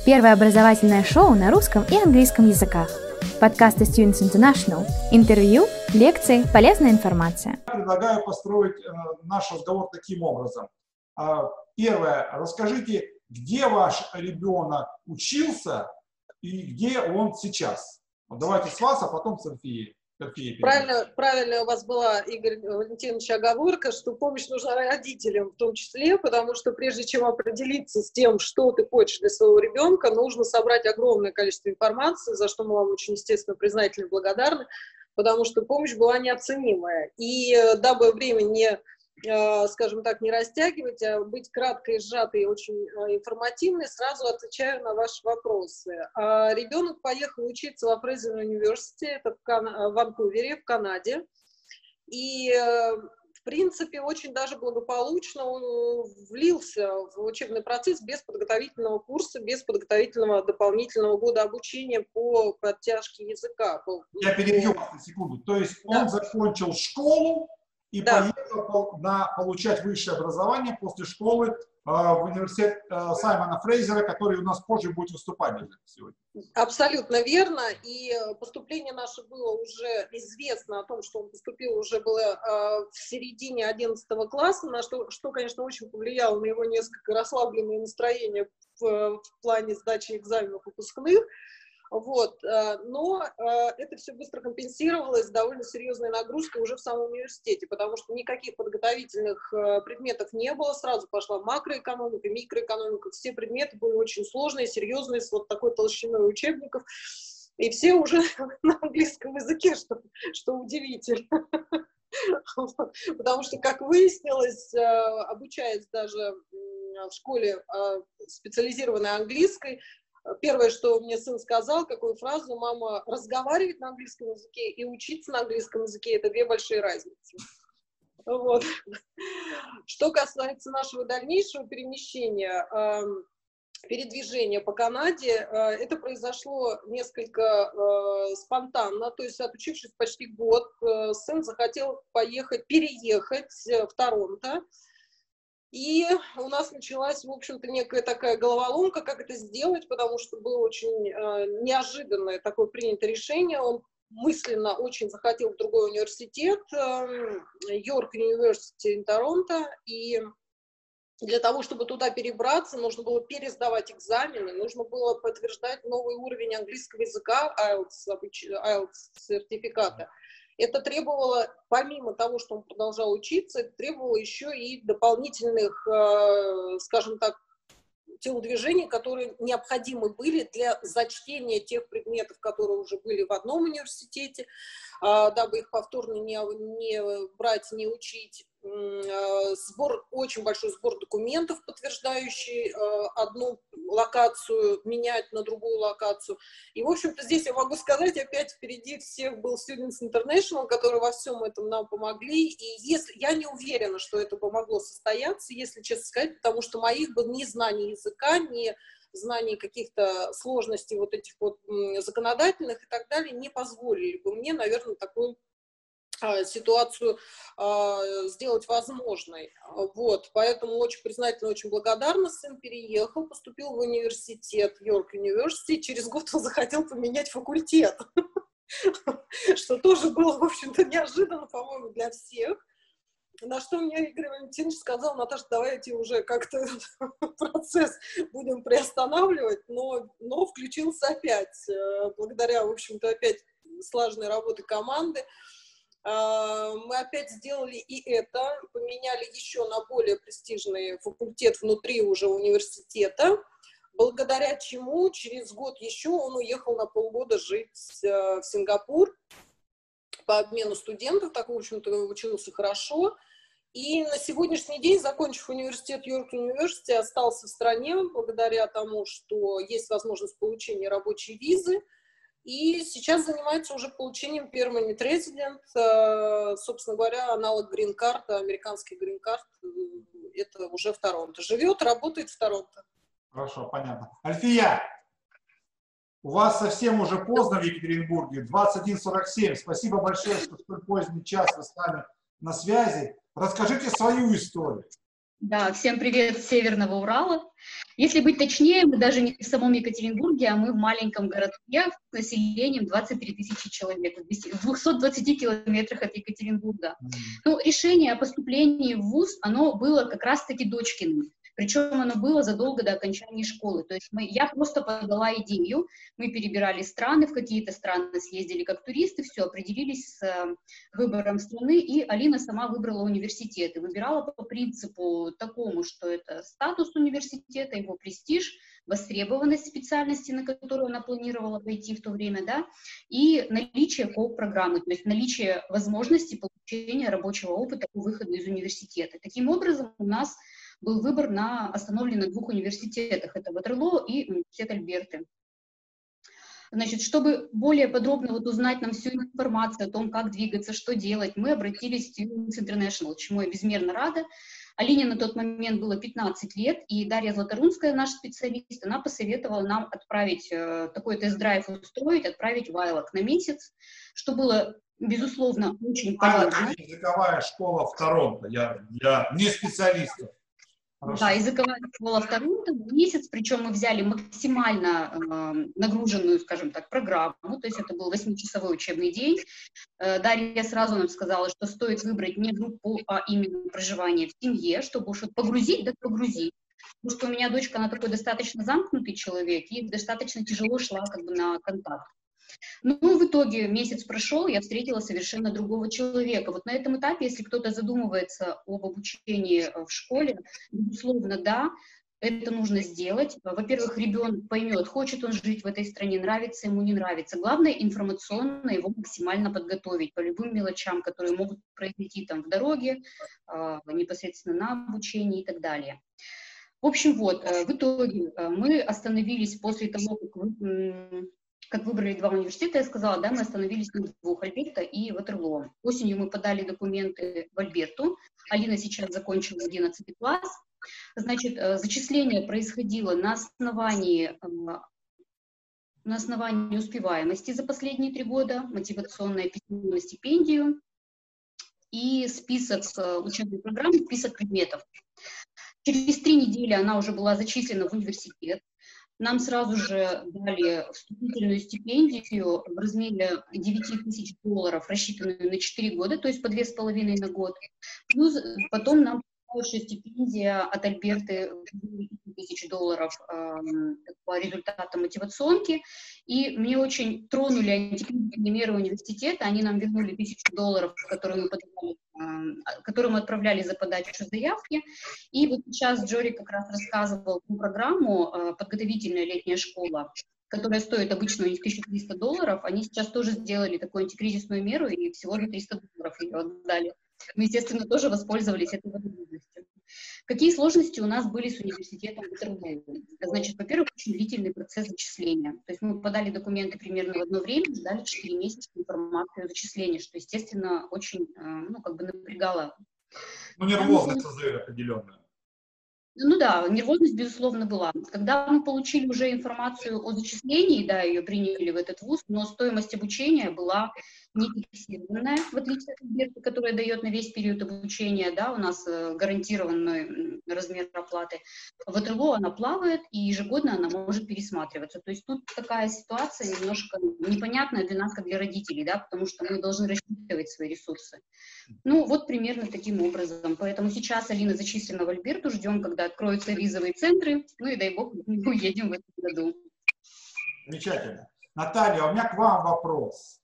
Первое образовательное шоу на русском и английском языках. Подкасты Students International. Интервью, лекции, полезная информация. Я предлагаю построить наш разговор таким образом. Первое. Расскажите, где ваш ребенок учился и где он сейчас? Вот давайте с вас, а потом с Альфией. Правильно у вас была, Игорь Валентинович, оговорка, что помощь нужна родителям в том числе, потому что прежде чем определиться с тем, что ты хочешь для своего ребенка, нужно собрать огромное количество информации, за что мы вам очень, естественно, признательны и благодарны, потому что помощь была неоценимая. И дабы время не, скажем так, не растягивать, а быть краткой, сжатой и очень информативной, сразу отвечаю на ваши вопросы. Ребенок поехал учиться в Фрейзер университете, это в Ванкувере, в Канаде. И, в принципе, очень даже благополучно он влился в учебный процесс без подготовительного курса, без подготовительного дополнительного года обучения по подтяжке языка. Я перебью вас на секунду. То есть он закончил школу и поехал получать высшее образование после школы в университет Саймона Фрейзера, который у нас позже будет выступать сегодня. Абсолютно верно. И поступление наше было уже известно о том, что он поступил уже было в середине 11 класса, на что, конечно, очень повлияло на его несколько расслабленное настроение в плане сдачи экзаменов выпускных. Вот. Но это все быстро компенсировалось довольно серьезной нагрузкой уже в самом университете, потому что никаких подготовительных предметов не было, сразу пошла макроэкономика, микроэкономика, все предметы были очень сложные, серьезные, с вот такой толщиной учебников, и все уже на английском языке, что удивительно. Потому что, как выяснилось, обучаясь даже в школе специализированной английской, первое, что мне сын сказал, какую фразу: мама, разговаривать на английском языке и учиться на английском языке — это две большие разницы. Вот. Что касается нашего дальнейшего передвижения по Канаде, это произошло несколько спонтанно, то есть, отучившись почти год, сын захотел переехать в Торонто. И у нас началась, в общем-то, некая такая головоломка, как это сделать, потому что было очень неожиданное такое принято решение. Он мысленно очень захотел в другой университет, York University in Торонто, и для того, чтобы туда перебраться, нужно было пересдавать экзамены, нужно было подтверждать новый уровень английского языка, IELTS сертификата. Это требовало, помимо того, что он продолжал учиться, это требовало еще и дополнительных, скажем так, телодвижений, которые необходимы были для зачтения тех предметов, которые уже были в одном университете, дабы их повторно не брать, не учить. Очень большой сбор документов, подтверждающий одну локацию, менять на другую локацию. И, в общем-то, здесь я могу сказать, опять впереди всех был Students International, которые во всем этом нам помогли. И я не уверена, что это помогло состояться, если честно сказать, потому что моих бы ни знаний языка, ни знаний каких-то сложностей вот этих вот законодательных и так далее не позволили бы мне, наверное, такую ситуацию сделать возможной. Вот. Поэтому очень признательна, очень благодарна. Сын переехал, поступил в университет, York University. Через год он захотел поменять факультет, что тоже было, в общем-то, неожиданно, по-моему, для всех. На что мне Игорь Валентинович сказал: Наташа, давайте уже как-то этот процесс будем приостанавливать, но включился опять, благодаря, в общем-то, опять слаженной работе команды. Мы опять сделали и это, поменяли еще на более престижный факультет внутри уже университета, благодаря чему через год еще он уехал на полгода жить в Сингапур по обмену студентов, так, в общем-то, учился хорошо. И на сегодняшний день, закончив университет York University, остался в стране благодаря тому, что есть возможность получения рабочей визы. И сейчас занимается уже получением Permanent Resident, собственно говоря, аналог грин-карты, американский грин-карт, это уже в Торонто. Живет, работает в Торонто. Хорошо, понятно. Альфия, у вас совсем уже поздно в Екатеринбурге, 21:47. Спасибо большое, что в столь поздний час вы с нами на связи. Расскажите свою историю. Да, всем привет с Северного Урала. Если быть точнее, мы даже не в самом Екатеринбурге, а мы в маленьком городке с населением 23 тысячи человек, в 220 километрах от Екатеринбурга. Ну, решение о поступлении в вуз, оно было как раз-таки дочкиным. Причем оно было задолго до окончания школы. То есть я просто подала идею, мы перебирали страны, в какие-то страны съездили как туристы, все, определились с выбором страны, и Алина сама выбрала университет. И выбирала по принципу такому, что это статус университета, его престиж, востребованность специальности, на которую она планировала пойти в то время, да, и наличие КООП-программы, то есть наличие возможности получения рабочего опыта по выходу из университета. Таким образом, у нас был выбор остановлен на 2 университетах. Это Ватерлоо и университет Альберты. Значит, чтобы более подробно узнать нам всю информацию о том, как двигаться, что делать, мы обратились в Students International, чему я безмерно рада. Алине на тот момент было 15 лет, и Дарья Златорунская, наш специалист, она посоветовала нам отправить такой тест-драйв устроить, отправить в Айлак на месяц, что было, безусловно, очень полезно. Языковая школа в Торонто, я не специалистов. Хорошо. Да, языковая школа в Торонто месяц, причем мы взяли максимально нагруженную, скажем так, программу, то есть это был 8-часовой учебный день. Дарья сразу нам сказала, что стоит выбрать не группу, а именно проживание в семье, чтобы уж погрузить, да погрузить. Потому что у меня дочка, она такой достаточно замкнутый человек, и достаточно тяжело шла как бы на контакт. Ну, в итоге месяц прошел, я встретила совершенно другого человека. Вот на этом этапе, если кто-то задумывается об обучении в школе, безусловно, да, это нужно сделать. Во-первых, ребенок поймет, хочет он жить в этой стране, нравится ему, не нравится. Главное, информационно его максимально подготовить по любым мелочам, которые могут произойти там в дороге, непосредственно на обучении и так далее. В общем, вот, в итоге мы остановились после того, как выбрали 2 университета, я сказала, да, мы остановились на 2, Альберта и Ватерлоо. Осенью мы подали документы в Альберту. Алина сейчас закончила 11 класс. Значит, зачисление происходило на основании успеваемости за последние 3 года, мотивационное письмо на стипендию и список учебных программ, список предметов. Через 3 недели она уже была зачислена в университет. Нам сразу же дали вступительную стипендию в размере $9000, рассчитанную на 4 года, то есть по 2,5 на год. Плюс потом нам еще стипендия от Альберты $1000 по результатам мотивационки. И мне очень тронули антикризисные меры университета. Они нам вернули $1000, которые мы отправляли за подачу заявки. И вот сейчас Джори как раз рассказывал про программу «Подготовительная летняя школа», которая стоит обычно у них $1300. Они сейчас тоже сделали такую антикризисную меру и всего за $300 ее отдали. Мы, естественно, тоже воспользовались этой возможностью. Какие сложности у нас были с университетом Ватерлоо? Значит, во-первых, очень длительный процесс зачисления. То есть мы подали документы примерно в одно время, ждали 4 месяца информацию о зачислении, что, естественно, очень, напрягало. Нервозность определенная. Ну да, нервозность, безусловно, была. Когда мы получили уже информацию о зачислении, да, ее приняли в этот вуз, но стоимость обучения была не фиксированная, в отличие от Альберты, которая дает на весь период обучения, да, у нас гарантированный размер оплаты. В Ватерлоо она плавает, и ежегодно она может пересматриваться. То есть тут такая ситуация немножко непонятная для нас, как для родителей, да, потому что мы должны рассчитывать свои ресурсы. Ну, вот примерно таким образом. Поэтому сейчас Алина зачислена в Альберту, ждем, когда откроются визовые центры, ну и дай бог, мы уедем в этом году. Замечательно. Наталья, у меня к вам вопрос.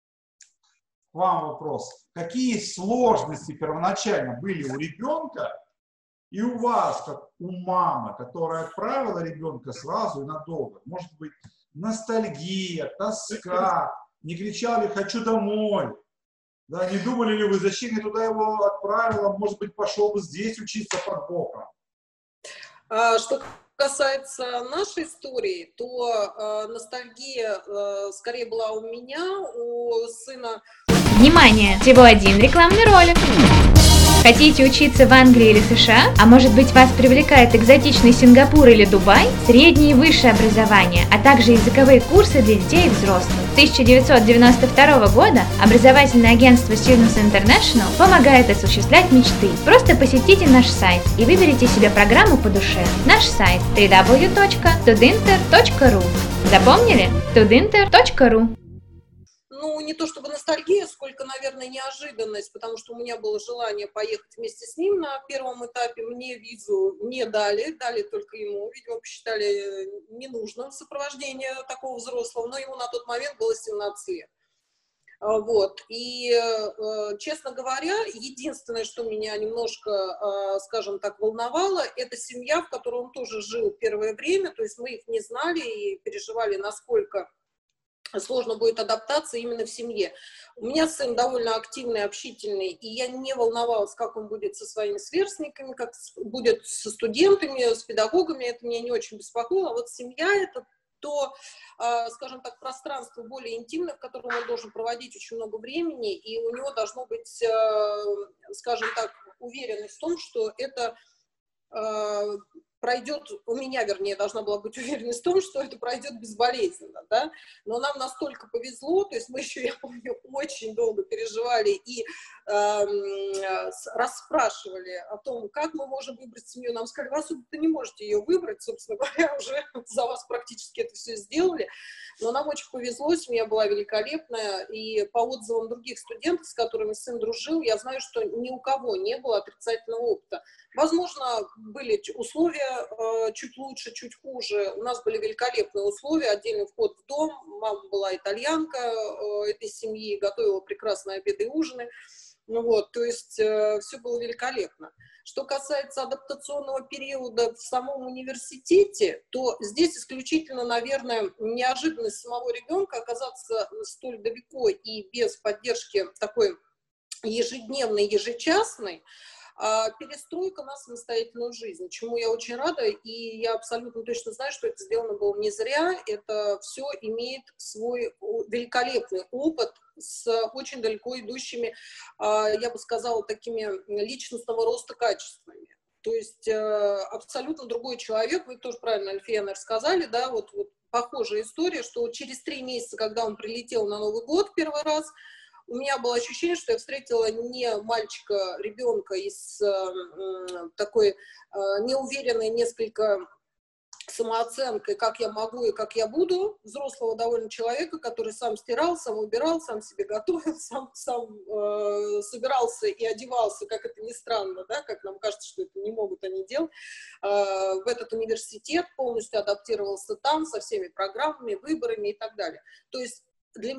Какие сложности первоначально были у ребенка и у вас, как у мамы, которая отправила ребенка сразу и надолго? Может быть, ностальгия, тоска, не кричали «хочу домой». Да, не думали ли вы, зачем я туда его отправила, может быть, пошел бы здесь учиться под боком? Что касается нашей истории, то ностальгия скорее была у меня, у сына. Внимание! Всего один рекламный ролик. Хотите учиться в Англии или США? А может быть, вас привлекает экзотичный Сингапур или Дубай? Среднее и высшее образование, а также языковые курсы для детей и взрослых. С 1992 года образовательное агентство Students International помогает осуществлять мечты. Просто посетите наш сайт и выберите себе программу по душе. Наш сайт www.tudinter.ru. Запомнили? tudinter.ru. Ну, не то чтобы ностальгия, сколько, наверное, неожиданность, потому что у меня было желание поехать вместе с ним на первом этапе. Мне визу не дали, дали только ему. Видимо, посчитали ненужным сопровождение такого взрослого, но ему на тот момент было 17 лет. Вот. И, честно говоря, единственное, что меня немножко, скажем так, волновало, это семья, в которой он тоже жил первое время. То есть мы их не знали и переживали, насколько сложно будет адаптация именно в семье. У меня сын довольно активный, общительный, и я не волновалась, как он будет со своими сверстниками, как будет со студентами, с педагогами, это меня не очень беспокоило. А вот семья — это то, скажем так, пространство более интимное, в котором он должен проводить очень много времени, и у него должно быть, скажем так, уверенность в том, что это пройдет, у меня, вернее, должна была быть уверенность в том, что это пройдет безболезненно, да, но нам настолько повезло, то есть мы еще, я помню, очень долго переживали и расспрашивали о том, как мы можем выбрать семью, нам сказали, вы особо не можете ее выбрать, собственно говоря, уже за вас практически это все сделали, но нам очень повезло, семья была великолепная, и по отзывам других студентов, с которыми сын дружил, я знаю, что ни у кого не было отрицательного опыта. Возможно, были условия чуть лучше, чуть хуже. У нас были великолепные условия, отдельный вход в дом. Мама была итальянка этой семьи, готовила прекрасные обеды и ужины. Ну вот, то есть все было великолепно. Что касается адаптационного периода в самом университете, то здесь исключительно, наверное, неожиданность самого ребенка оказаться столь далеко и без поддержки такой ежедневной, ежечасной, перестройка на самостоятельную жизнь, чему я очень рада, и я абсолютно точно знаю, что это сделано было не зря, это все имеет свой великолепный опыт с очень далеко идущими, я бы сказала, такими личностного роста качествами. То есть абсолютно другой человек, вы тоже правильно, Альфия, наверное, сказали, да, вот похожая история, что через 3 месяца, когда он прилетел на Новый год первый раз, у меня было ощущение, что я встретила не мальчика, ребенка из такой неуверенной несколько самооценкой, как я могу и как я буду, взрослого довольно человека, который сам стирал, сам убирал, сам себе готовил, сам собирался и одевался, как это ни странно, да, как нам кажется, что это не могут они делать, в этот университет, полностью адаптировался там со всеми программами, выборами и так далее. То есть для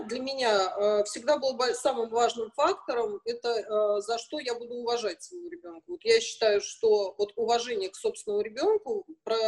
меня всегда был самым важным фактором это за что я буду уважать своего ребенка. Вот я считаю, что вот уважение к собственному ребенку,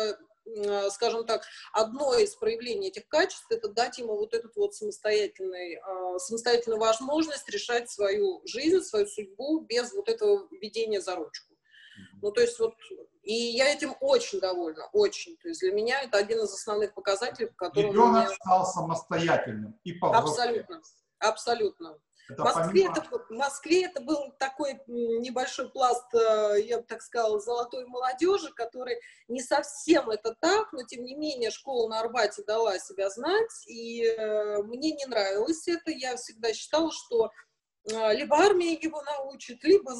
скажем так, одно из проявлений этих качеств — это дать ему вот эту вот самостоятельную возможность решать свою жизнь, свою судьбу без вот этого ведения за ручку. Ну, то есть вот, и я этим очень довольна, очень. То есть для меня это один из основных показателей, по которым... Ребенок стал самостоятельным и повзрослел. Абсолютно. В Москве это был такой небольшой пласт, я бы так сказала, золотой молодежи, который не совсем это так, но тем не менее школа на Арбате дала себя знать, и мне не нравилось это. Я всегда считала, что либо армия его научит, либо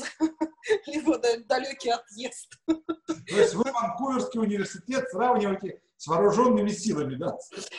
далекий отъезд. То есть вы Ванкуверский университет сравниваете с вооруженными силами, да?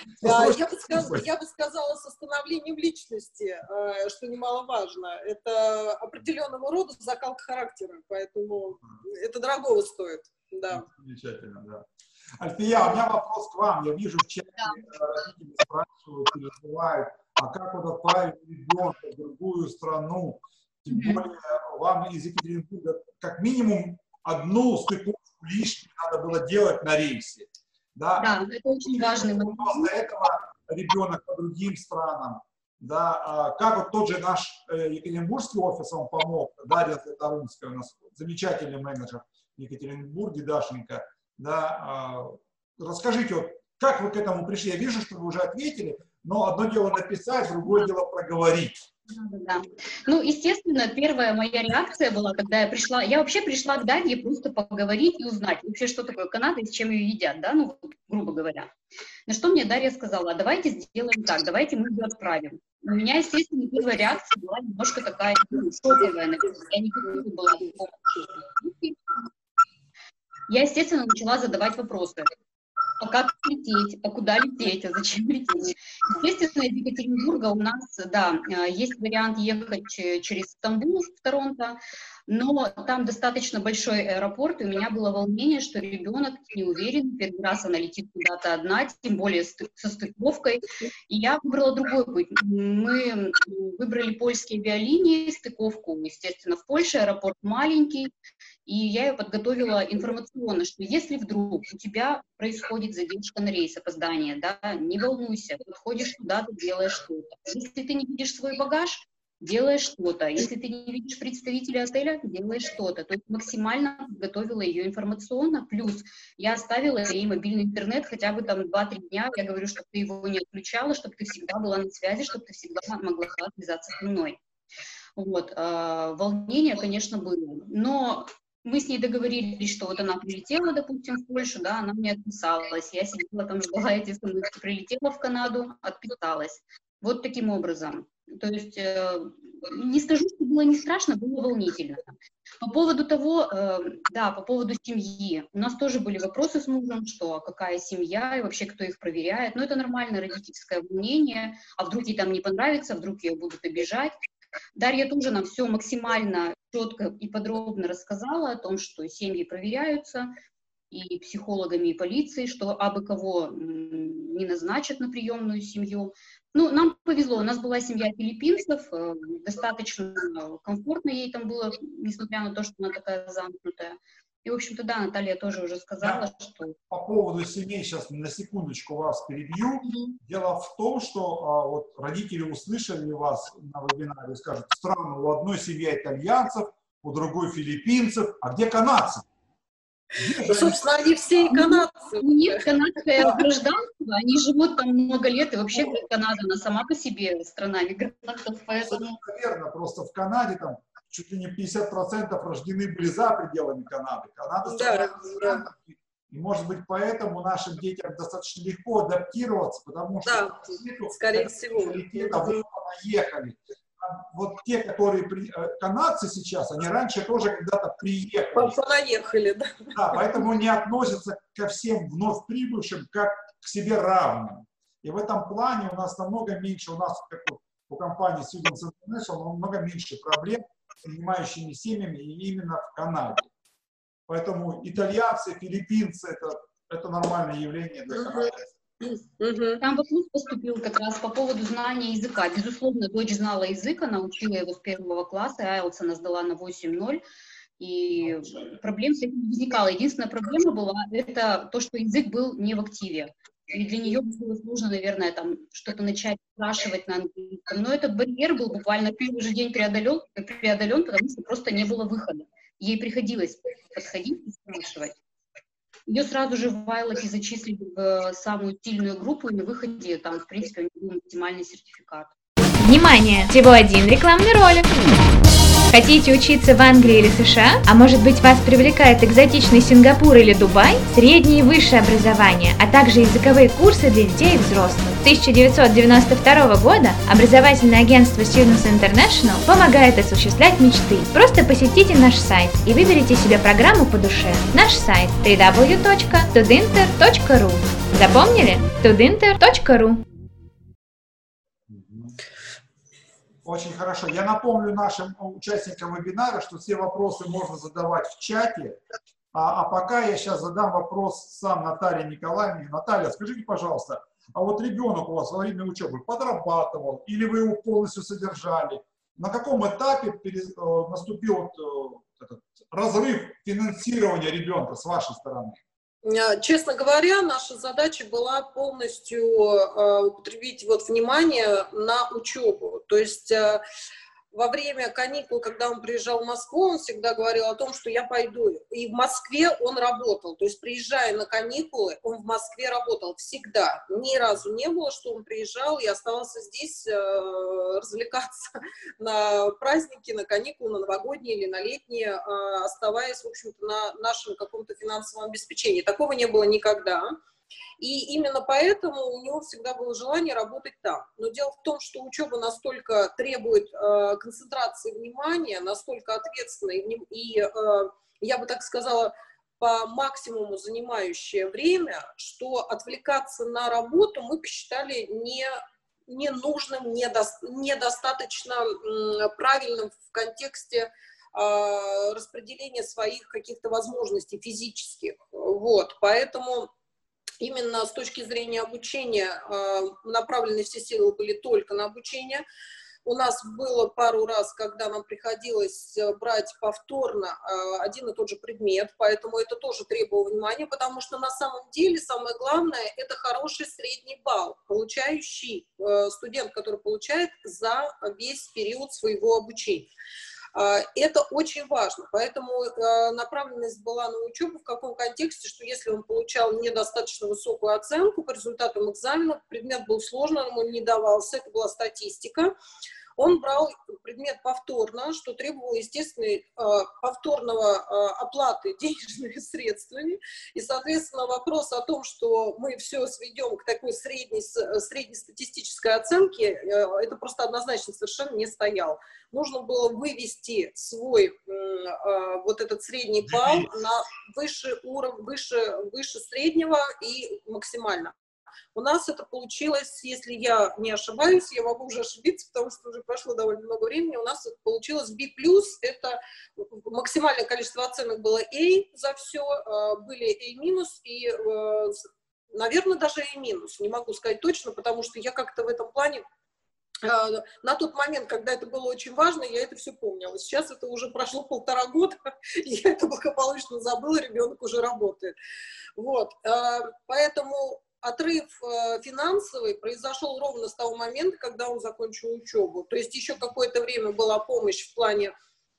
Я бы сказала, с становлением личности, что немаловажно. Это определенного рода закалка характера, поэтому это дорогого стоит. Да. Замечательно, да. Альфия, у меня вопрос к вам. Я вижу в чате, родители спрашивают, переживают, а как вот отправить ребенка в другую страну? Тем более вам из Екатеринбурга как минимум одну стыковку лишнюю надо было делать на рейсе. Да, это очень важный момент. После этого ребенок по другим странам. Да, как вот тот же наш Екатеринбургский офис вам помог, Дарья Тарунская, у нас замечательный менеджер в Екатеринбурге, Дашенька. Да, расскажите, вот, как вы к этому пришли? Я вижу, что вы уже ответили, но одно дело написать, другое дело проговорить. Да. Ну, естественно, первая моя реакция была, когда я вообще пришла к Дарье просто поговорить и узнать вообще, что такое Канада и с чем ее едят, да, ну, грубо говоря. На что мне Дарья сказала: давайте сделаем так, давайте мы ее отправим. У меня, естественно, первая реакция была немножко такая, шоковая, наверное. Я не готова была к такому. Я, естественно, начала задавать вопросы. А как лететь, а куда лететь, а зачем лететь? Естественно, из Екатеринбурга у нас, да, есть вариант ехать через Стамбул в Торонто, но там достаточно большой аэропорт, и у меня было волнение, что ребенок не уверен, первый раз она летит куда-то одна, тем более со стыковкой, и я выбрала другой путь. Мы выбрали польские авиалинии, стыковку, естественно, в Польше, аэропорт маленький, и я ее подготовила информационно, что если вдруг у тебя происходит задержка на рейс, опоздание, да, не волнуйся, подходишь туда, ты делаешь что-то. Если ты не видишь свой багаж, делаешь что-то. Если ты не видишь представителя отеля, делаешь что-то. То есть максимально подготовила ее информационно, плюс я оставила ей мобильный интернет хотя бы там 2-3 дня. Я говорю, чтобы ты его не отключала, чтобы ты всегда была на связи, чтобы ты всегда могла связаться со мной. Вот. Волнение, конечно, было. Но мы с ней договорились, что вот она прилетела, допустим, в Польшу, да, она мне отписалась. Я сидела там, ждала эти смс, прилетела в Канаду, отписалась. Вот таким образом. То есть не скажу, что было не страшно, было волнительно. По поводу того, да, по поводу семьи. У нас тоже были вопросы с мужем, что какая семья и вообще кто их проверяет. Но это нормальное родительское волнение. А вдруг ей там не понравится, вдруг ее будут обижать. Дарья тоже нам все максимально четко и подробно рассказала о том, что семьи проверяются и психологами, и полицией, что абы кого не назначат на приемную семью. Ну, нам повезло, у нас была семья филиппинцев, достаточно комфортно ей там было, несмотря на то, что она такая замкнутая. И, в общем-то, да, Наталья тоже уже сказала, что... По поводу семей сейчас на секундочку вас перебью. Дело в том, что вот родители услышали вас на вебинаре и скажут: странно, у одной семьи итальянцев, у другой филиппинцев, а где канадцы? Ну, собственно, они все и канадцы. У них канадское гражданство, они живут там много лет, и вообще Канада, она сама по себе страна мигрантов, поэтому... Наверное, просто в Канаде там чуть ли не 50% рождены были за пределами Канады. Канада страна, и, может быть, поэтому нашим детям достаточно легко адаптироваться, потому что скорее всего, поехали. Вот те, которые канадцы сейчас, они раньше тоже когда-то приехали. Понаехали, да. Да, поэтому не относятся ко всем вновь прибывшим как к себе равным. И в этом плане у нас намного меньше, у нас, как у компании Students International, намного меньше проблем с принимающими семьями именно в Канаде. Поэтому итальянцы, филиппинцы это нормальное явление для канадцев. Там вопрос поступил как раз по поводу знания языка. Безусловно, дочь знала язык, она учила его с 1 класса, IELTS она сдала на 8.0, и проблем с этим не возникало. Единственная проблема была, это то, что язык был не в активе. И для нее было сложно, наверное, там что-то начать спрашивать на английском. Но этот барьер был буквально первый же день преодолен, потому что просто не было выхода. Ей приходилось подходить и спрашивать. Ее сразу же в IELTS зачислили в самую сильную группу, и на выходе там, в принципе, у нее был максимальный сертификат. Внимание! Всего один рекламный ролик. Хотите учиться в Англии или США? А может быть, вас привлекает экзотичный Сингапур или Дубай? Среднее и высшее образование, а также языковые курсы для детей и взрослых. С 1992 года образовательное агентство Students International помогает осуществлять мечты. Просто посетите наш сайт и выберите себе программу по душе. Наш сайт www.tudinter.ru. Запомнили? tudinter.ru. Очень хорошо. Я напомню нашим участникам вебинара, что все вопросы можно задавать в чате. А пока я сейчас задам вопрос сам Наталье Николаевне. Наталья, скажите, пожалуйста, а вот ребенок у вас во время учебы подрабатывал или вы его полностью содержали? На каком этапе наступил этот разрыв финансирования ребенка с вашей стороны? Честно говоря, наша задача была полностью употребить внимание на учебу. То есть во время каникул, когда он приезжал в Москву, он всегда говорил о том, что я пойду. И в Москве он работал. То есть, приезжая на каникулы, он в Москве работал всегда. Ни разу не было, что он приезжал и оставался здесь развлекаться на праздники, на каникулы, на новогодние или на летние, оставаясь, в общем-то, на нашем каком-то финансовом обеспечении. Такого не было никогда. И именно поэтому у него всегда было желание работать там. Но дело в том, что учеба настолько требует концентрации внимания, настолько ответственна и я бы так сказала, по максимуму занимающее время, что отвлекаться на работу мы посчитали ненужным, недостаточно правильным в контексте распределения своих каких-то возможностей физических. Вот, поэтому именно с точки зрения обучения направлены все силы были только на обучение. У нас было пару раз, когда нам приходилось брать повторно один и тот же предмет, поэтому это тоже требовало внимания, потому что на самом деле самое главное – это хороший средний балл, получающий студент, который получает за весь период своего обучения. Это очень важно, поэтому направленность была на учебу в каком контексте, что если он получал недостаточно высокую оценку по результатам экзамена, предмет был сложным, ему не давался, это была статистика, он брал предмет повторно, что требовало, естественно, повторного оплаты денежными средствами. И, соответственно, вопрос о том, что мы все сведем к такой среднестатистической оценке, это просто однозначно совершенно не стоял. Нужно было вывести свой вот этот средний балл на выше уровень, выше среднего и максимально. У нас это получилось, если я не ошибаюсь, я могу уже ошибиться, потому что уже прошло довольно много времени, у нас это получилось B+, это максимальное количество оценок было A за все, были A- и, наверное, даже A-, не могу сказать точно, потому что я как-то в этом плане на тот момент, когда это было очень важно, я это все помнила. Сейчас это уже прошло 1,5 года, и я это благополучно забыла, ребенок уже работает. Вот, поэтому отрыв финансовый произошел ровно с того момента, когда он закончил учебу. То есть еще какое-то время была помощь в плане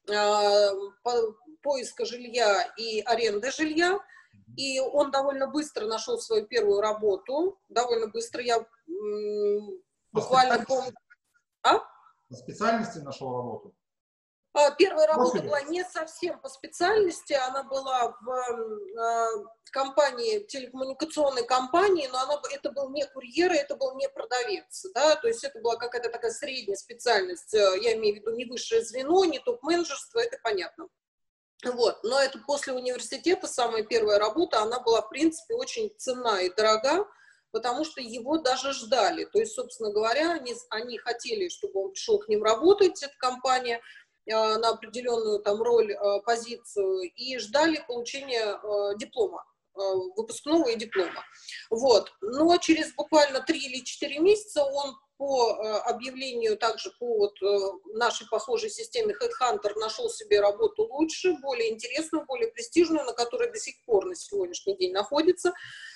поиска жилья и аренды жилья, и он довольно быстро нашел свою первую работу, довольно быстро, я буквально помню. По специальности нашел работу? Первая работа была не совсем по специальности, она была в компании, телекоммуникационной компании, но это был не курьер, это был не продавец, да, то есть это была какая-то такая средняя специальность, я имею в виду не высшее звено, не топ-менеджерство, это понятно. Вот, но это после университета, самая первая работа, она была, в принципе, очень ценна и дорога, потому что его даже ждали, то есть, собственно говоря, они хотели, чтобы он пришел к ним работать, эта компания, на определенную там роль, позицию, и ждали получения диплома, выпускного и диплома. Вот. Но через буквально 3 или 4 месяца он по объявлению, также по вот нашей похожей системе HeadHunter нашел себе работу лучше, более интересную, более престижную, на которой до сих пор на сегодняшний день находится.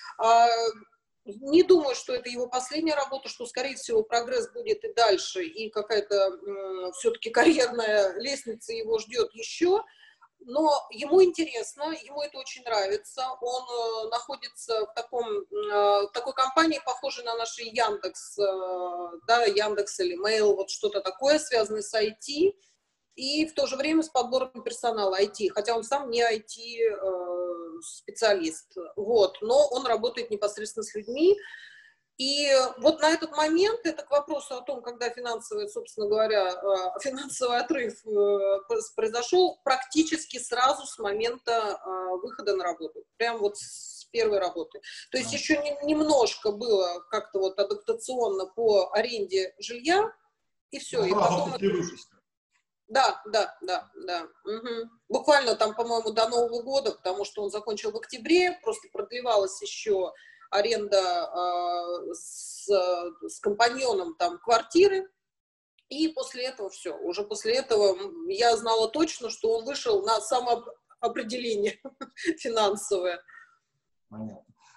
Не думаю, что это его последняя работа, что, скорее всего, прогресс будет и дальше, и какая-то все-таки карьерная лестница его ждет еще. Но ему интересно, ему это очень нравится. Он находится в такой компании, похожей на наши Яндекс, да, Яндекс или Mail, вот что-то такое, связанное с IT, и в то же время с подбором персонала IT, хотя он сам не IT-специалист, вот, но он работает непосредственно с людьми. И вот на этот момент, это к вопросу о том, когда финансовый, собственно говоря, финансовый отрыв произошел практически сразу с момента выхода на работу, прям вот с первой работы. То есть еще немножко было как-то вот адаптационно по аренде жилья, и все. И потом... Да. Угу. Буквально там, по-моему, до Нового года, потому что он закончил в октябре, просто продлевалась еще аренда с компаньоном там квартиры, и после этого все. Уже после этого я знала точно, что он вышел на самоопределение финансовое. Понятно.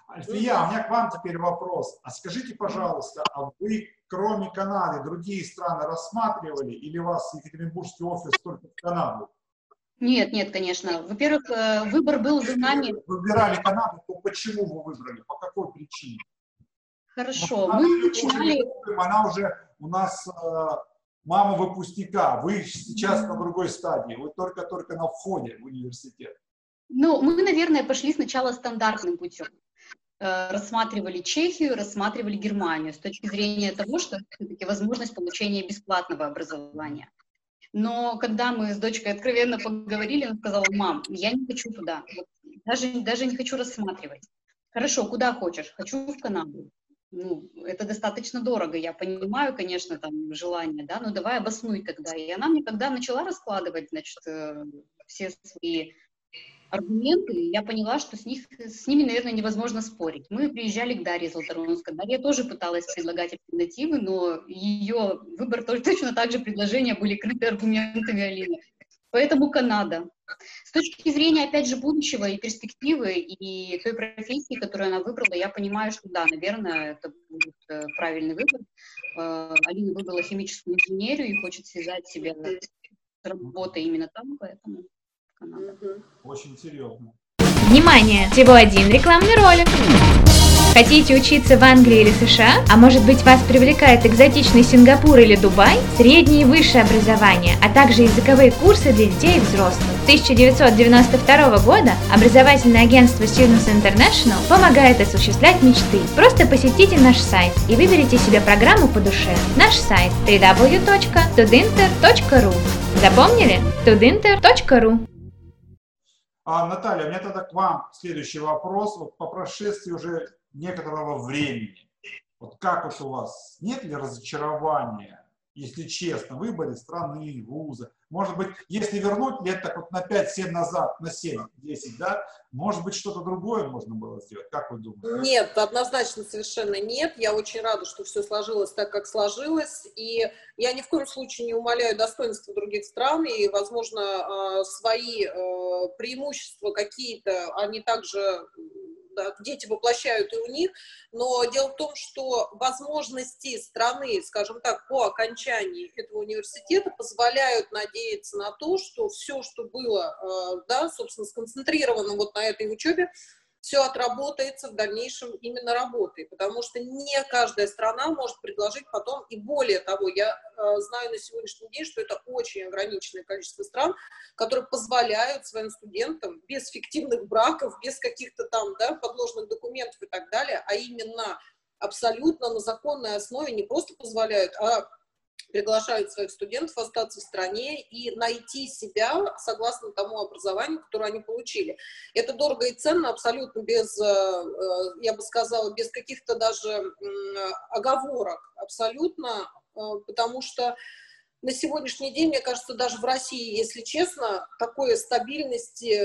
Альфия, у меня к вам теперь вопрос. А скажите, пожалуйста, а вы, кроме Канады, другие страны рассматривали, или у вас Екатеринбургский офис только в Канаду? Нет, нет, конечно. Во-первых, выбор был за нами. Вы выбирали Канаду, то почему вы выбрали? По какой причине? Хорошо, мы начинали... Она уже у нас мама выпускника. Вы сейчас на другой стадии. Вы только-только на входе в университет. Ну, мы, наверное, пошли сначала стандартным путем. Рассматривали Чехию, рассматривали Германию с точки зрения того, что это все-таки возможность получения бесплатного образования. Но когда мы с дочкой откровенно поговорили, она сказала: мам, я не хочу туда, вот, даже не хочу рассматривать. Хорошо, куда хочешь? Хочу в Канаду. Ну, это достаточно дорого, я понимаю, конечно, там желание, да, но давай обоснуй тогда. И она мне когда начала раскладывать, значит, все свои аргументы, я поняла, что с ними, наверное, невозможно спорить. Мы приезжали к Дарье Золотаронской. Дарья тоже пыталась предлагать альтернативы, но ее выбор точно так же предложения были крыты аргументами Алины. Поэтому Канада. С точки зрения, опять же, будущего и перспективы, и той профессии, которую она выбрала, я понимаю, что да, наверное, это будет правильный выбор. Алина выбрала химическую инженерию и хочет связать себя с работой именно там, поэтому Канада. Очень серьезно. Внимание! Всего один рекламный ролик. Хотите учиться в Англии или США? А может быть, вас привлекает экзотичный Сингапур или Дубай? Среднее и высшее образование, а также языковые курсы для детей и взрослых. С 1992 года образовательное агентство Students International помогает осуществлять мечты. Просто посетите наш сайт и выберите себе программу по душе. Наш сайт www.tudinter.ru. Запомнили? tudinter.ru. Наталья, у меня тогда к вам следующий вопрос. Вот по прошествии уже некоторого времени, вот как вот у вас, нет ли разочарования, если честно, в выборе страны, вуза? Может быть, если вернуть лет так вот на 5-7 назад, на 7-10, да, может быть, что-то другое можно было сделать? Как вы думаете? Нет, однозначно совершенно нет. Я очень рада, что все сложилось так, как сложилось. И я ни в коем случае не умаляю достоинства других стран. И, возможно, свои преимущества какие-то, они также... Да, дети воплощают и у них, но дело в том, что возможности страны, скажем так, по окончании этого университета позволяют надеяться на то, что все, что было, да, собственно, сконцентрировано вот на этой учебе, все отработается в дальнейшем именно работой, потому что не каждая страна может предложить потом, и более того, я знаю на сегодняшний день, что это очень ограниченное количество стран, которые позволяют своим студентам без фиктивных браков, без каких-то там, да, подложных документов и так далее, а именно абсолютно на законной основе не просто позволяют, а приглашают своих студентов остаться в стране и найти себя согласно тому образованию, которое они получили. Это дорого и ценно, абсолютно без, я бы сказала, без каких-то даже оговорок, абсолютно, потому что на сегодняшний день, мне кажется, даже в России, если честно, такой стабильности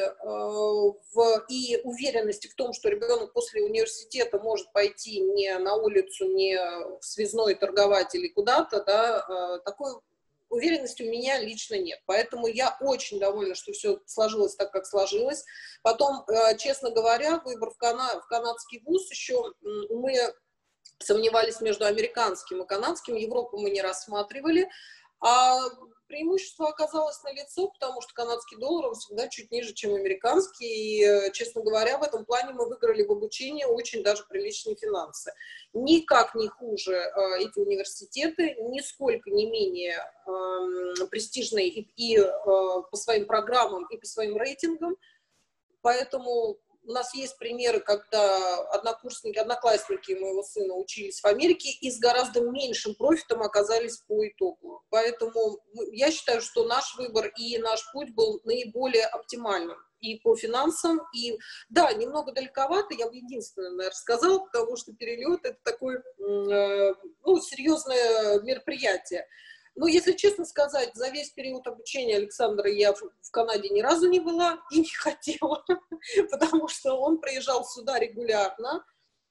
и уверенности в том, что ребенок после университета может пойти не на улицу, не в связной торговать или куда-то, да, такой уверенности у меня лично нет. Поэтому я очень довольна, что все сложилось так, как сложилось. Потом, честно говоря, выбор в канадский вуз еще мы сомневались между американским и канадским, Европу мы не рассматривали. А преимущество оказалось налицо, потому что канадский доллар, он всегда чуть ниже, чем американский. И, честно говоря, в этом плане мы выиграли в обучении очень даже приличные финансы. Никак не хуже эти университеты, нисколько не менее престижные и по своим программам, и по своим рейтингам. Поэтому у нас есть примеры, когда одноклассники моего сына учились в Америке и с гораздо меньшим профитом оказались по итогу. Поэтому я считаю, что наш выбор и наш путь был наиболее оптимальным и по финансам, и да, немного далековато, я бы единственное, наверное, сказала, потому что перелет — это такое серьезное мероприятие. Но, если честно сказать, за весь период обучения Александра я в Канаде ни разу не была и не хотела, потому что он приезжал сюда регулярно,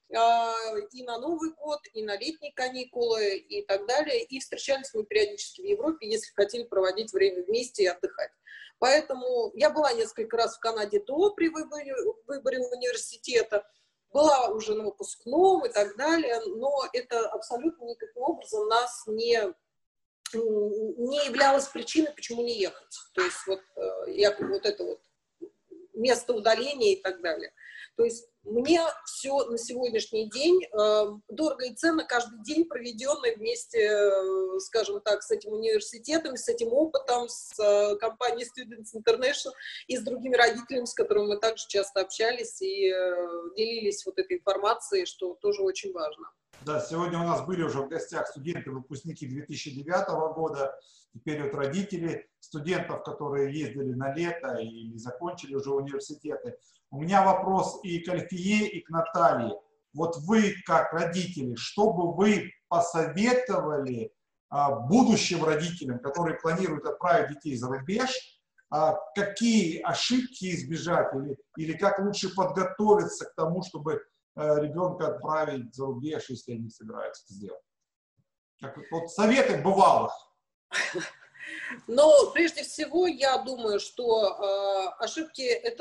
и на Новый год, и на летние каникулы, и так далее. И встречались мы периодически в Европе, если хотели проводить время вместе и отдыхать. Поэтому я была несколько раз в Канаде при выборе университета. была уже на выпускном и так далее, но это абсолютно никаким образом нас не являлось причиной, почему не ехать. То есть вот якобы вот это вот место удаления и так далее. То есть мне все на сегодняшний день дорого и ценно каждый день, проведенный вместе, скажем так, с этим университетом, с этим опытом, с компанией Students International и с другими родителями, с которыми мы также часто общались и делились вот этой информацией, что тоже очень важно. Да, сегодня у нас были уже в гостях студенты, выпускники 2009 года, теперь вот родители студентов, которые ездили на лето и закончили уже университеты. У меня вопрос и к Альфие, и к Наталье. Вот вы, как родители, что бы вы посоветовали будущим родителям, которые планируют отправить детей за рубеж, какие ошибки избежать или как лучше подготовиться к тому, чтобы ребенка отправить за рубеж, если они собираются это сделать? Вот советы бывалых. Но прежде всего я думаю, что ошибки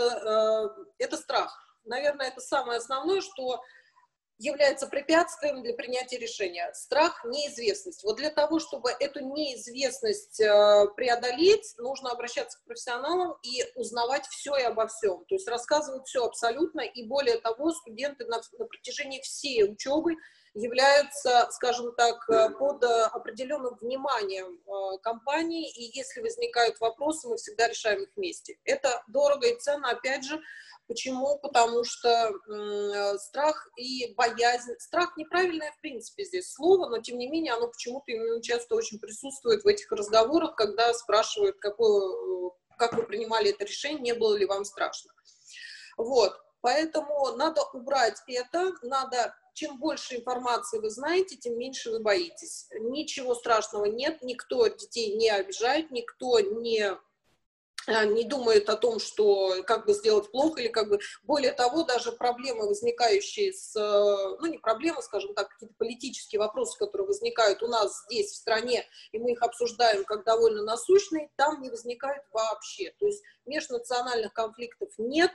это страх. Наверное, это самое основное, что является препятствием для принятия решения. Страх, неизвестность. Вот для того, чтобы эту неизвестность преодолеть, нужно обращаться к профессионалам и узнавать все и обо всем. То есть рассказывать все абсолютно. И более того, студенты на протяжении всей учебы являются, скажем так, под определенным вниманием компании. И если возникают вопросы, мы всегда решаем их вместе. Это дорого и ценно, опять же. Почему? Потому что страх и боязнь, страх неправильное в принципе здесь слово, но тем не менее оно почему-то именно часто очень присутствует в этих разговорах, когда спрашивают, как вы принимали это решение, не было ли вам страшно. Вот, поэтому надо убрать это, чем больше информации вы знаете, тем меньше вы боитесь. Ничего страшного нет, никто детей не обижает, никто не думает о том, что как бы сделать плохо, или как бы, более того, даже проблемы, возникающие не проблемы, скажем так, какие-то политические вопросы, которые возникают у нас здесь, в стране, и мы их обсуждаем как довольно насущные, там не возникают вообще. То есть межнациональных конфликтов нет.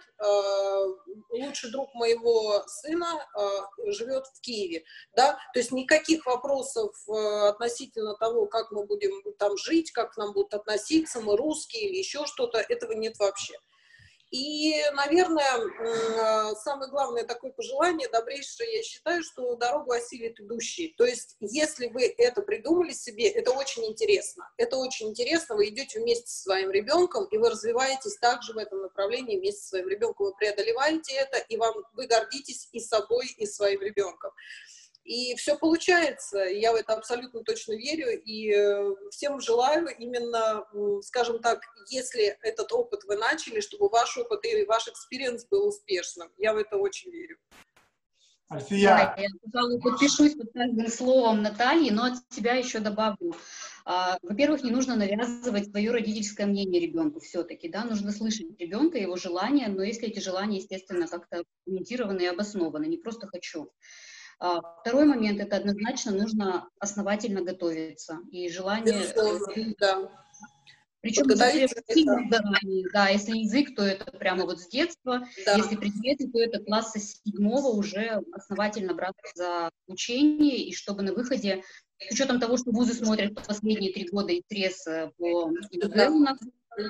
Лучший друг моего сына живет в Киеве, да, то есть никаких вопросов относительно того, как мы будем там жить, как к нам будут относиться, мы русские или еще что-то, этого нет вообще. И, наверное, самое главное такое пожелание, добрейшее, я считаю, что дорогу осилит идущий. То есть, если вы это придумали себе, это очень интересно. Это очень интересно, вы идете вместе со своим ребенком, и вы развиваетесь также в этом направлении вместе со своим ребенком. Вы преодолеваете это, и вы гордитесь и собой, и своим ребенком. И все получается, я в это абсолютно точно верю, и всем желаю именно, скажем так, если этот опыт вы начали, чтобы ваш опыт и ваш экспириенс был успешным. Я в это очень верю. Альфия. Да, я, пожалуй, подпишусь под каждым словом Натальи, но от себя еще добавлю. Во-первых, не нужно навязывать свое родительское мнение ребенку все-таки, да, нужно слышать ребенка, его желания, но если эти желания, естественно, как-то аргументированы и обоснованы, не просто хочу. Второй момент, это однозначно нужно основательно готовиться, и желание... Да. Причем заранее, да, если язык, то это прямо вот с детства, да. Если предметы, то это класса 7 уже основательно браться за учение, и чтобы на выходе, с учетом того, что вузы смотрят последние 3 года и стресс по ЕГЭ у нас,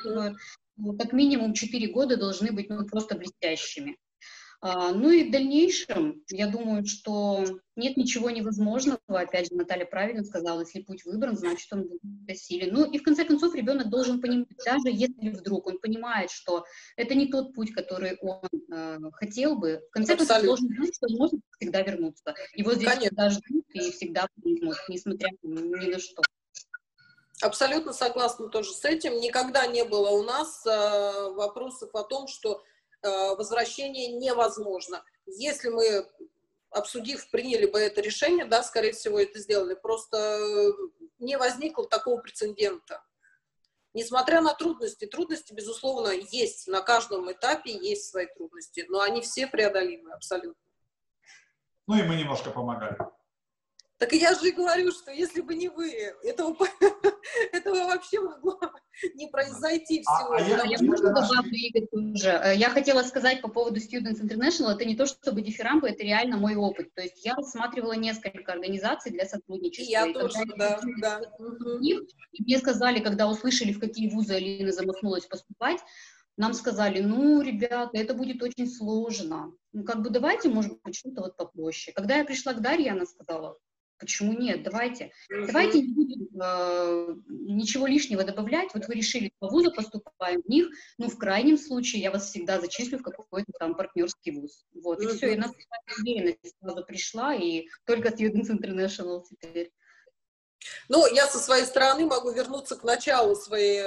как минимум 4 года должны быть просто блестящими. Ну и в дальнейшем, я думаю, что нет ничего невозможного, опять же, Наталья правильно сказала, если путь выбран, значит, он будет осилен. Ну и в конце концов ребенок должен понимать, даже если вдруг он понимает, что это не тот путь, который он хотел бы, в конце концов должен знать, что он может всегда вернуться. Его здесь всегда ждут и всегда примут, несмотря ни на что. Абсолютно согласна тоже с этим. Никогда не было у нас вопросов о том, что возвращение невозможно. Если мы, обсудив, приняли бы это решение, да, скорее всего, это сделали, просто не возникло такого прецедента. Несмотря на трудности, безусловно, есть, на каждом этапе есть свои трудности, но они все преодолимы абсолютно. Ну и мы немножко помогали. Так я же и говорю, что если бы не вы, этого вообще могло не произойти всего. Я хотела сказать по поводу Students International, это не то чтобы дифирамбы, это реально мой опыт. То есть я рассматривала несколько организаций для сотрудничества. И я тоже, да. И мне сказали, когда услышали, в какие вузы Алина замахнулась поступать, нам сказали, ну, ребята, это будет очень сложно. Ну, как бы давайте, может быть, что-то вот попроще. Когда я пришла к Дарье, она сказала, почему нет, давайте не будем ничего лишнего добавлять, вот вы решили, по вузу поступаем в них, ну, в крайнем случае я вас всегда зачислю в какой-то там партнерский вуз. Вот, и все, и нас уверенность сразу пришла, и только Students International теперь. Ну, я со своей стороны могу вернуться к началу своей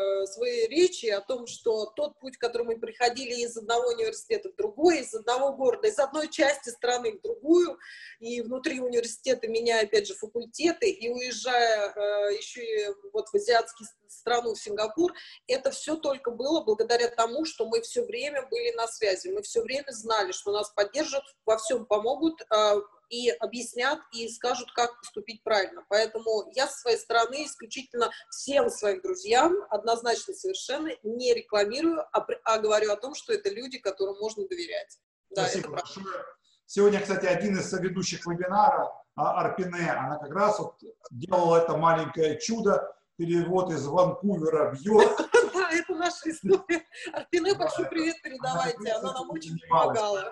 речи о том, что тот путь, который мы проходили из одного университета в другой, из одного города, из одной части страны в другую, и внутри университета меняя, опять же, факультеты, и уезжая еще и вот в азиатскую страну, в Сингапур, это все только было благодаря тому, что мы все время были на связи, мы все время знали, что нас поддержат, во всем помогут, и объяснят, и скажут, как поступить правильно. Поэтому я со своей стороны исключительно всем своим друзьям однозначно совершенно не рекламирую, а говорю о том, что это люди, которым можно доверять. Спасибо большое. Сегодня, кстати, один из соведущих вебинара, Арпине, она как раз вот делала это маленькое чудо, перевод из Ванкувера в Йорк. Да, это наша история. Арпине, большой привет передавайте, она нам очень помогала.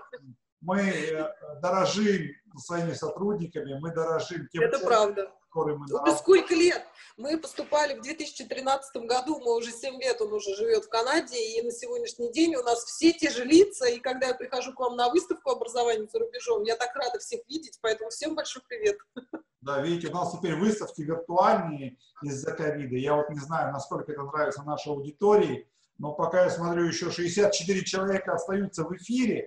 Мы дорожим своими сотрудниками, мы дорожим тем, это правда. Который мы уже сколько лет? Мы поступали в 2013 году, мы уже 7 лет, он уже живет в Канаде, и на сегодняшний день у нас все те же лица, и когда я прихожу к вам на выставку образования за рубежом, я так рада всех видеть, поэтому всем большой привет. Да, видите, у нас теперь выставки виртуальные из-за ковида. Я вот не знаю, насколько это нравится нашей аудитории, но пока я смотрю, еще 64 человека остаются в эфире.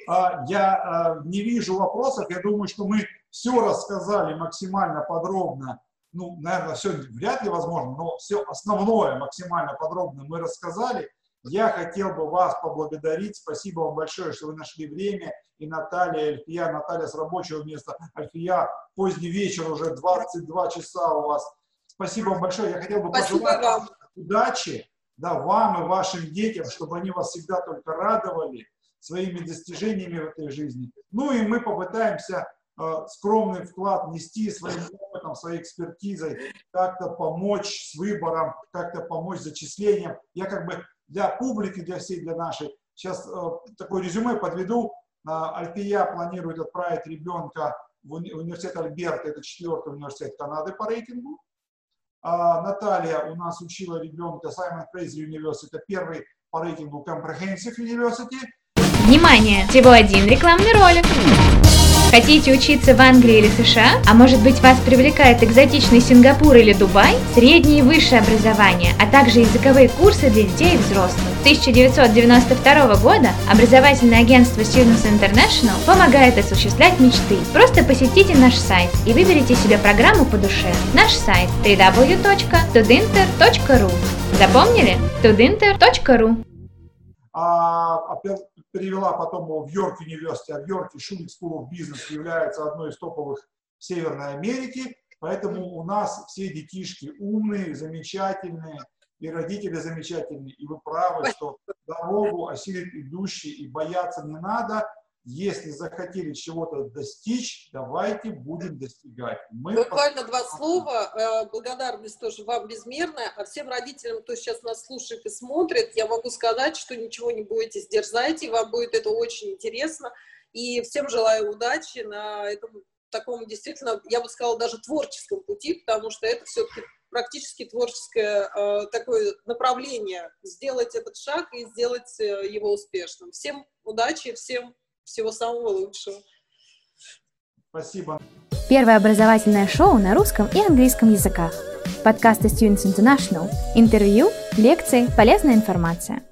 Я не вижу вопросов, я думаю, что мы все рассказали максимально подробно, ну, наверное, все вряд ли возможно, но все основное максимально подробно мы рассказали. Я хотел бы вас поблагодарить, спасибо вам большое, что вы нашли время, и Наталья, Альфия, Наталья с рабочего места, Альфия, поздний вечер, уже 22 часа у вас. Спасибо вам большое, я хотел бы пожелать вам удачи, да, вам и вашим детям, чтобы они вас всегда только радовали своими достижениями в этой жизни. Ну и мы попытаемся скромный вклад внести своим опытом, своей экспертизой, как-то помочь с выбором, как-то помочь с зачислением. Я как бы для публики, для всей, для нашей, сейчас такое резюме подведу. Альфия планирует отправить ребенка в университет Альберта, это 4-й университет Канады по рейтингу. Наталья у нас учила ребенка Саймон Фрейзер University, это 1-й по рейтингу Comprehensive University. Внимание! Всего один рекламный ролик. Хотите учиться в Англии или США? А может быть, вас привлекает экзотичный Сингапур или Дубай? Среднее и высшее образование, а также языковые курсы для детей и взрослых. С 1992 года образовательное агентство Students International помогает осуществлять мечты. Просто посетите наш сайт и выберите себе программу по душе. Наш сайт www.tudinter.ru. Запомнили? tudinter.ru. Перевела потом его в Йорк Университет, а в Йорке Шулик School of Business является одной из топовых в Северной Америке, поэтому у нас все детишки умные, замечательные, и родители замечательные, и вы правы, что дорогу осилит идущий, и бояться не надо. Если захотели чего-то достичь, давайте будем достигать. Буквально 2 слова. Благодарность тоже вам безмерная. А всем родителям, кто сейчас нас слушает и смотрит, я могу сказать, что ничего не бойтесь, дерзайте, вам будет это очень интересно. И всем желаю удачи на этом таком действительно, я бы сказала, даже творческом пути, потому что это все-таки практически творческое такое направление. Сделать этот шаг и сделать его успешным. Всем удачи, всем всего самого лучшего. Спасибо. Первое образовательное шоу на русском и английском языках. Подкасты Students International. Интервью, лекции, полезная информация.